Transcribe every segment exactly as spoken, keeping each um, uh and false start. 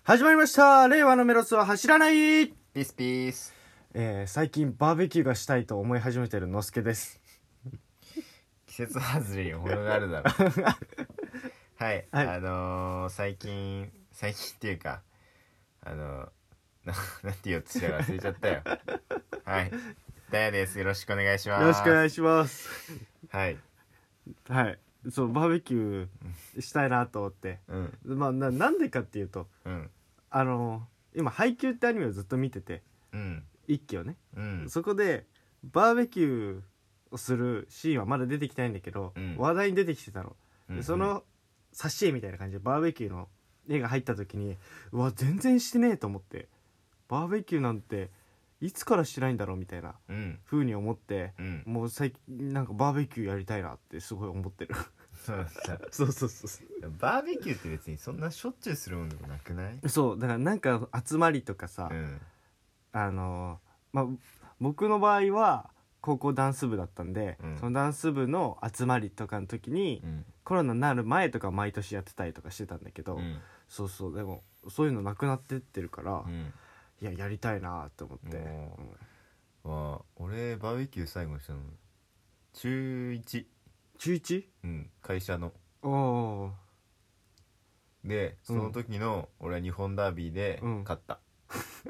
始まりました。令和のメロスは走らない。 ピースピース。 えー、最近バーベキューがしたいと思い始めてるのすけです。 季節外れにも程があるだろはい、はい、あのー、最近最近っていうかあのー、な, なんて言おうとしたか忘れちゃったよはいダヤです。よろしくお願いします。 よろしくお願いしますはいはい。そうバーベキューしたいなと思って、うん、まあ な, なんでかっていうと、うん、あのー、今配給ってアニメをずっと見てて、うん、一期をね、うん、そこでバーベキューをするシーンはまだ出てきてないんだけど、うん、話題に出てきてたの、うんうん、その挿絵みたいな感じでバーベキューの絵が入った時に、うわ全然してねえと思って、バーベキューなんていつからしてないんだろうみたいな風に思って、うん、もう最近なんかバーベキューやりたいなってすごい思ってるそうそうそうそうバーベキューって別にそんなしょっちゅうするもんでもなくない？ そうだからなんか集まりとかさ、うん、あのまあ僕の場合は高校ダンス部だったんで、うん、そのダンス部の集まりとかの時に、うん、コロナになる前とか毎年やってたりとかしてたんだけど、うん、そうそうでもそういうのなくなってってるから、うん、いややりたいなと思って、 うん、あ俺バーベキュー最後したの中いち。 中 いち？ うん、会社の。 おでその時の俺は日本ダービーで勝った、 うん、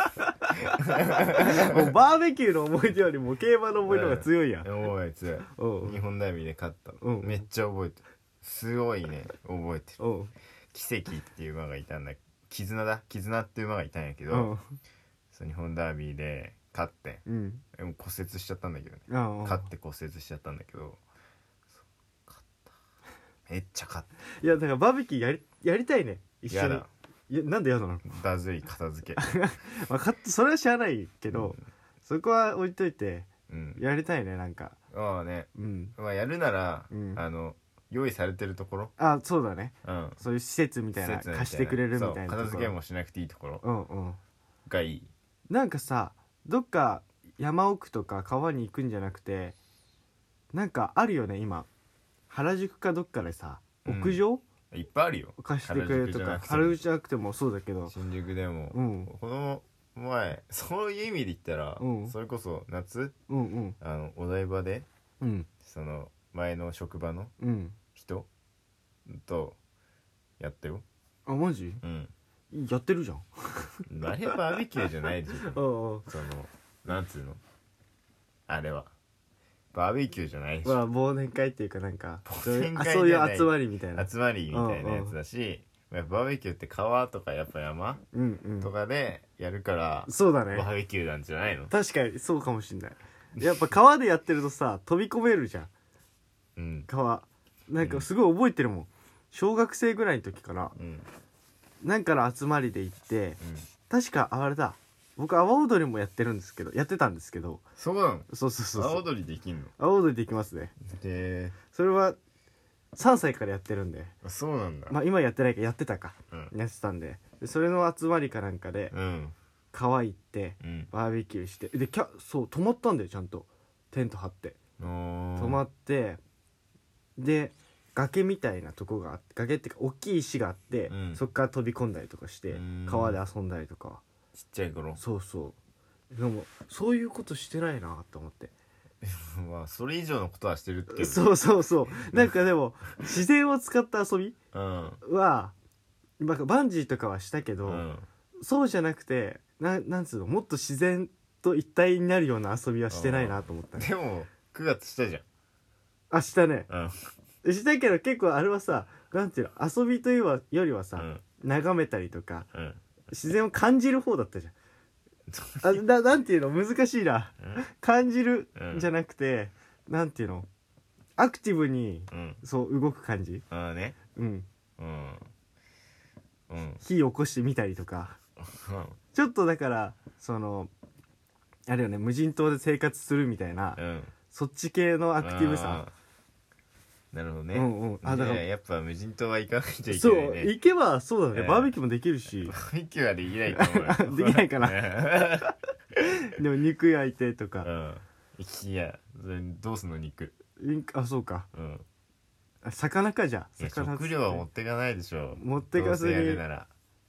もうバーベキューの思い出よりも競馬の思い出が強いやん。 覚えて日本ダービーで勝った、うん、めっちゃ覚えてる。すごいね覚えてる。奇跡っていう馬がいたんだ。絆だ絆っていう馬がいたんやけど、そう日本ダービーで勝って、うん、でも骨折しちゃったんだけどね。勝って骨折しちゃったんだけど、勝っためっちゃ勝った。 いやだからバーベキューやりやりたいね一緒に。 やだ。 いやなんでやだの？ だずい片付けまあ、それは知らないけど、うん、そこは置いといて、うん、やりたいねなんか。 ああね、うん、まあやるなら、うん、あの用意されてるところ。 あそうだね、うん、そういう施設みたいな貸してくれるみたいなところ。 片付けもしなくていいところ、うんうん、がいい。 なんかさどっか山奥とか川に行くんじゃなくて、なんかあるよね今原宿かどっかでさ屋上、うんいっぱいあるよ。 貸してくれるとか。原宿じゃなくてもそうだけど新宿でも、うん、この前そういう意味で言ったら、うん、それこそ夏、うんうん、あのお台場で、うん、その前の職場の人とやったよ。 あマジ？うん、やってるじゃんあれバーベキューじゃないでしょそのなんつうのあれはバーベキューじゃないし、 まあ、忘年会っていうかなんか忘年会じゃない、 そういう集まりみたいな集まりみたいなやつだし、うんうん、バーベキューって川とかやっぱ山、うんうん、とかでやるからそうだねバーベキューなんじゃないの？ 確かにそうかもしんない。やっぱ川でやってるとさ飛び込めるじゃん、うん、川なんかすごい覚えてるもん、うん、小学生ぐらいの時かな、うん、なんかの集まりで行って、うん、確かあれだ僕阿波踊りもやってるんですけどやってたんですけど。 そうなの？ そうそうそうそう。 阿波踊りできんの？ 阿波踊りできますね。でそれはさんさいからやってるんで。 あそうなんだ。 まあ今やってないかやってたか、うん、やってたんで、でそれの集まりかなんかで、うん、川行って、うん、バーベキューしてでキャそう泊まったんだよちゃんとテント張って泊まってで崖みたいなとこがあって崖っていうか大きい石があって、うん、そっから飛び込んだりとかして川で遊んだりとか。 ちっちゃい頃。 そうそうでもそういうことしてないなと思ってまあそれ以上のことはしてるって。 そうそうそうなんかでも自然を使った遊びは、うん、バンジーとかはしたけど、うん、そうじゃなくて な, なんつうのもっと自然と一体になるような遊びはしてないなと思った、ね、 でもくがつしたじゃん。 あしたね、うん、したけど結構あれはさなんていうの遊びというよりはさ、うん、眺めたりとか、うん自然を感じる方だったじゃん。あななんていうの難しいな感じるじゃなくて、うん、なんていうのアクティブに、うん、そう動く感じ。 ああねうんうんうん火起こしてみたりとかちょっとだからそのあれよね無人島で生活するみたいな、うん、そっち系のアクティブさ。 なるほどね、うんうん、あだからやっぱ無人島は行かないといけないね。 そう行けばそうだね、えー、バーベキューもできるし。 バーベキューはできないと思うできないかなでも肉焼いてとか、うん、 いやどうすんの肉。 あそうか、うん、魚かじゃあ魚食料は持ってかないでしょ。 持ってかずにやるなら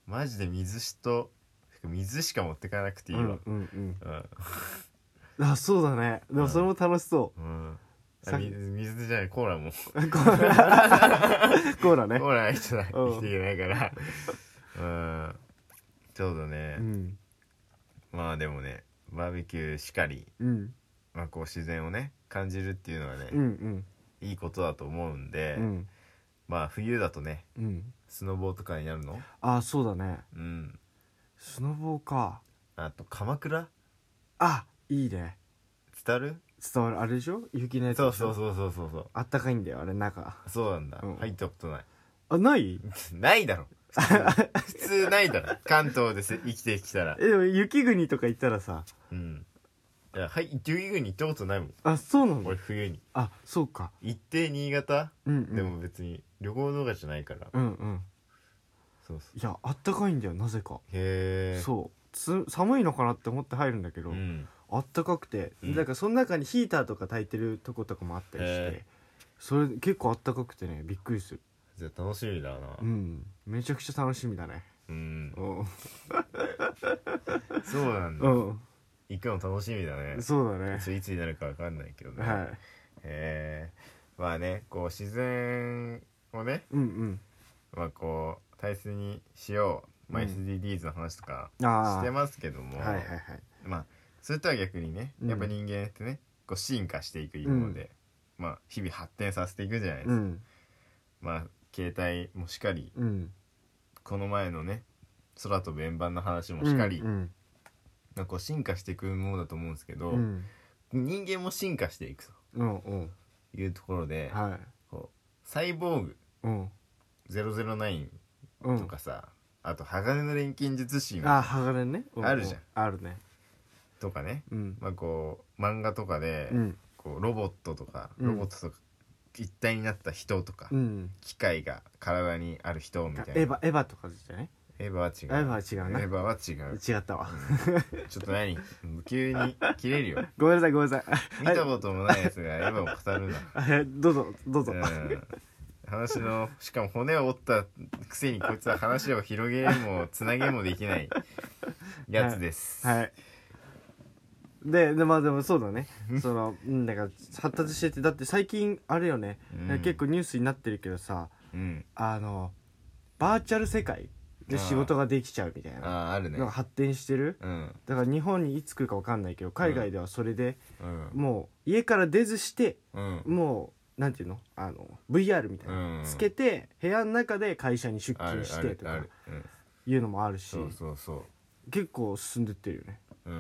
マジで水しと水しか持ってかなくていいわ。うんうんうん、 うん、あそうだね。でもそれも楽しそう、うん、水, 水じゃないコーラもコーラコーラねコーラないとないといけないからうんそうだね、うん、まあでもねバーベキューしかり、うん、まあこう自然をね感じるっていうのはね、うんうん、いいことだと思うんで、うん、まあ冬だとね、うん、スノボーとかになるの？ あそうだね、うん、スノボーか。 あと鎌倉、 あいいね。 伝わる？ 伝わる。あれでしょ、雪のやつでしょ。そうそうそうそうそう。 あったかいんだよあれ中。 そうなんだ、うん、入ったことない。 あないないだろ普通ないだろ関東で生きてきたら。 えでも雪国とか行ったらさ、 うんいやはい雪国行ったことないもん。 あそうなんだ。 俺冬に。 あそうか。 行って新潟、うんうん、でも別に旅行動画じゃないから。うんうんそうそう。いやあったかいんだよなぜか。 へえ。 そうつ寒いのかなって思って入るんだけど、うん、あったかくて、うん、だからその中にヒーターとか焚いてるとことかもあったりしてそれ結構あったかくてねびっくりする。 じゃあ楽しみだな。 うんめちゃくちゃ楽しみだね。うんそうなんだ、うん、行くの楽しみだね。 そうだね。 いつになるか分かんないけどね。はい。えー、まあねこう自然をね、うんうん、まあこう大切にしよう、まあ、エスディージーズ の話とかしてますけども、うん、はいはいはい、まあそれとは逆にねやっぱ人間ってねこう進化していくもので、うん、まあ日々発展させていくじゃないですか、うん、まあ携帯もしかり、うん、この前のね空飛ぶ円盤の話もしかり、うんうん、なんかこう進化していくものだと思うんですけど、うん、人間も進化していくというところで、うんうん、こうサイボーグ、うん、ゼロゼロナインとかさ、うん、あと鋼の錬金術師あ鋼ね、 うん、あるじゃん。 あるねとかね、うん、まあこう漫画とかで、うん、こうロボットとか、うん、ロボットとか一体になった人とか、うん、機械が体にある人みたいな。 エヴァエヴァとかじゃない？ エヴァは違う。 エヴァは違うな。 エヴァは違う。 違ったわ、 うん、ちょっと何急に切れるよごめんなさいごめんなさい見たこともないやつがエヴァを語るなどうぞどうぞ、 うん、話のしかも骨を折ったくせにこいつは話を広げもつなげもできないやつです。 はい、はい、ででまあでもそうだねそのだから発達しててだって最近あれよね、うん、結構ニュースになってるけどさ、うん、あのバーチャル世界で仕事ができちゃうみたいなのが発展してる、うん、だから日本にいつ来るか分かんないけど海外ではそれで、うん、もう家から出ずして、うん、もうなんていうのあの ブイアール みたいな、うん、つけて部屋の中で会社に出勤してとかいうのもあるし、 そうそうそう結構進んでってるよね。 うん、うん、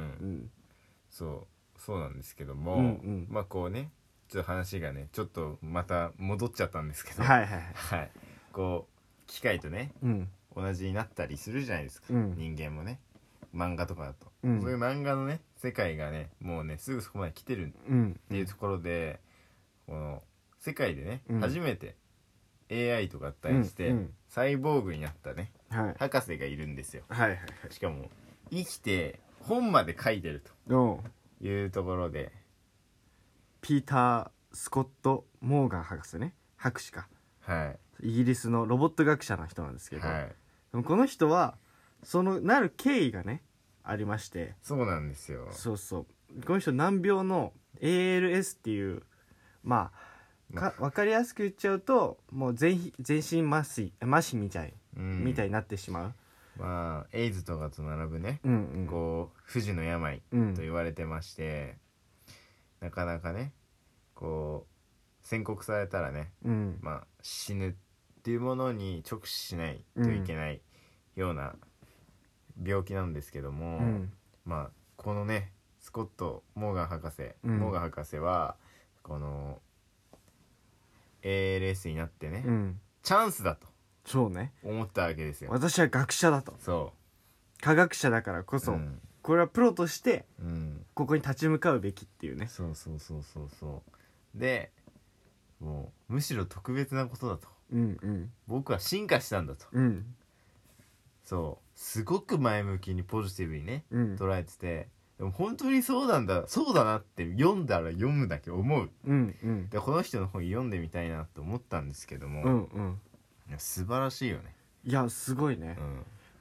そうそうなんですけども、うんうん、まあこうねちょっと話がねちょっとまた戻っちゃったんですけど、はいはいはい、はい、こう機械とね、うん同じになったりするじゃないですか、うん、人間もね漫画とかだと、うん、そういう漫画のね世界がねもうねすぐそこまで来てるっていうところで、うん、この世界でね、うん、初めて エーアイ と合体して、うん、サイボーグになったね、はい、博士がいるんですよ、はいはいはい、しかも生きて本まで書いてるというところでピーター・スコット・モーガン博士ね博士か、はい、イギリスのロボット学者の人なんですけど、はい、でもこの人はそのなる経緯がねありまして。 そうなんですよ。 そうそうこの人難病の エーエルエス っていうまあか分かりやすく言っちゃうともう全全身麻酔麻痺みたい、うん、みたいになってしまう。 まあエイズとかと並ぶね、うんうん、こう不治の病と言われてまして、うん、なかなかねこう宣告されたらね、うん、まあ死ぬっていうものに直視しないといけないような病気なんですけども、うん、まあこのねスコット・モーガン博士、うん、モーガン博士はこの エーエルエス になってね、うん、チャンスだとそうね思ったわけですよ。 私は学者だとそう科学者だからこそ、うん、これはプロとしてここに立ち向かうべきっていうね、 そうそうそうそうそうでもうむしろ特別なことだと、うんうん、僕は進化したんだと、うん、そうすごく前向きにポジティブにね、うん、捉えててでも本当にそうなんだそうだなって読んだら読むだけ思う、うんうん、でこの人の本読んでみたいなと思ったんですけども、うんうん、いや素晴らしいよね。 いやすごいね、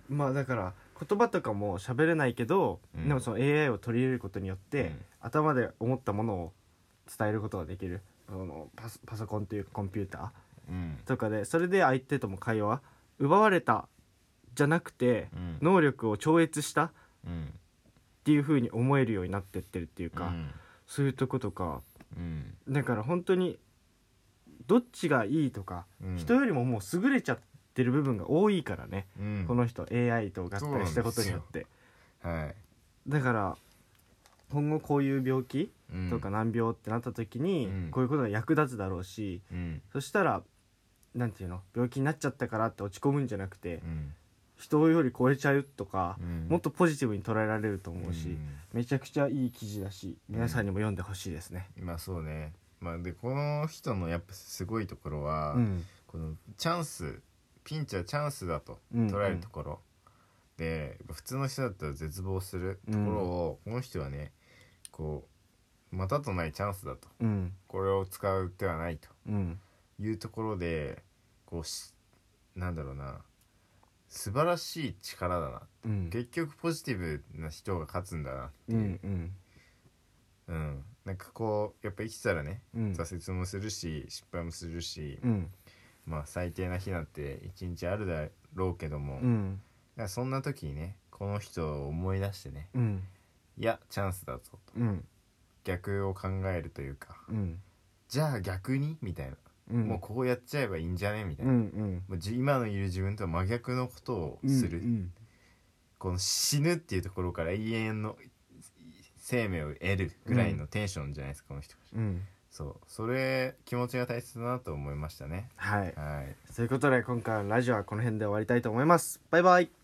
まあだから言葉とかも喋れないけど、うん、でもその エーアイ を取り入れることによって、うん、頭で思ったものを伝えることができる、あの パソ、パソコンというコンピューターとかで、それで相手とも会話奪われたじゃなくて、うん、能力を超越したっていう風に思えるようになってってるっていうか、うん、そういうとことか、うん、だから本当にどっちがいいとか、うん、人よりももう優れちゃってる部分が多いからね、うん、この人 エーアイ と合体したことによって、はい、だから今後こういう病気とか難病ってなった時に、うん、こういうことが役立つだろうし、うん、そしたらなんていうの、病気になっちゃったからって落ち込むんじゃなくて、うん、人より超えちゃうとか、うん、もっとポジティブに捉えられると思うし、うん、めちゃくちゃいい記事だし、皆さんにも読んでほしいですね。 まあそうね、まあ、でこの人のやっぱすごいところは、うん、このチャンス、ピンチはチャンスだと捉えるところ、うんうん、で普通の人だったら絶望するところを、うん、この人はねこうまたとないチャンスだと、うん、これを使う手はないというところで、こうしなんだろうな、素晴らしい力だな、うん、結局ポジティブな人が勝つんだなっていう、うんうんうん、なんかこうやっぱ生きたらね、うん、挫折もするし失敗もするし、うん、まあ最低な日なんて一日あるだろうけども、うん、だからそんな時にねこの人を思い出してね、うん、いやチャンスだぞと、うん、逆を考えるというか、うん、じゃあ逆にみたいな、うん、もうこうやっちゃえばいいんじゃねみたいな、うんうん、もう今のいる自分とは真逆のことをする、うんうん、この死ぬっていうところから永遠の生命を得るぐらいのテンションじゃないですか、この人、うん、そうそれ気持ちが大切だなと思いましたね。 はい、はい、ということで今回のラジオはこの辺で終わりたいと思います。バイバイ。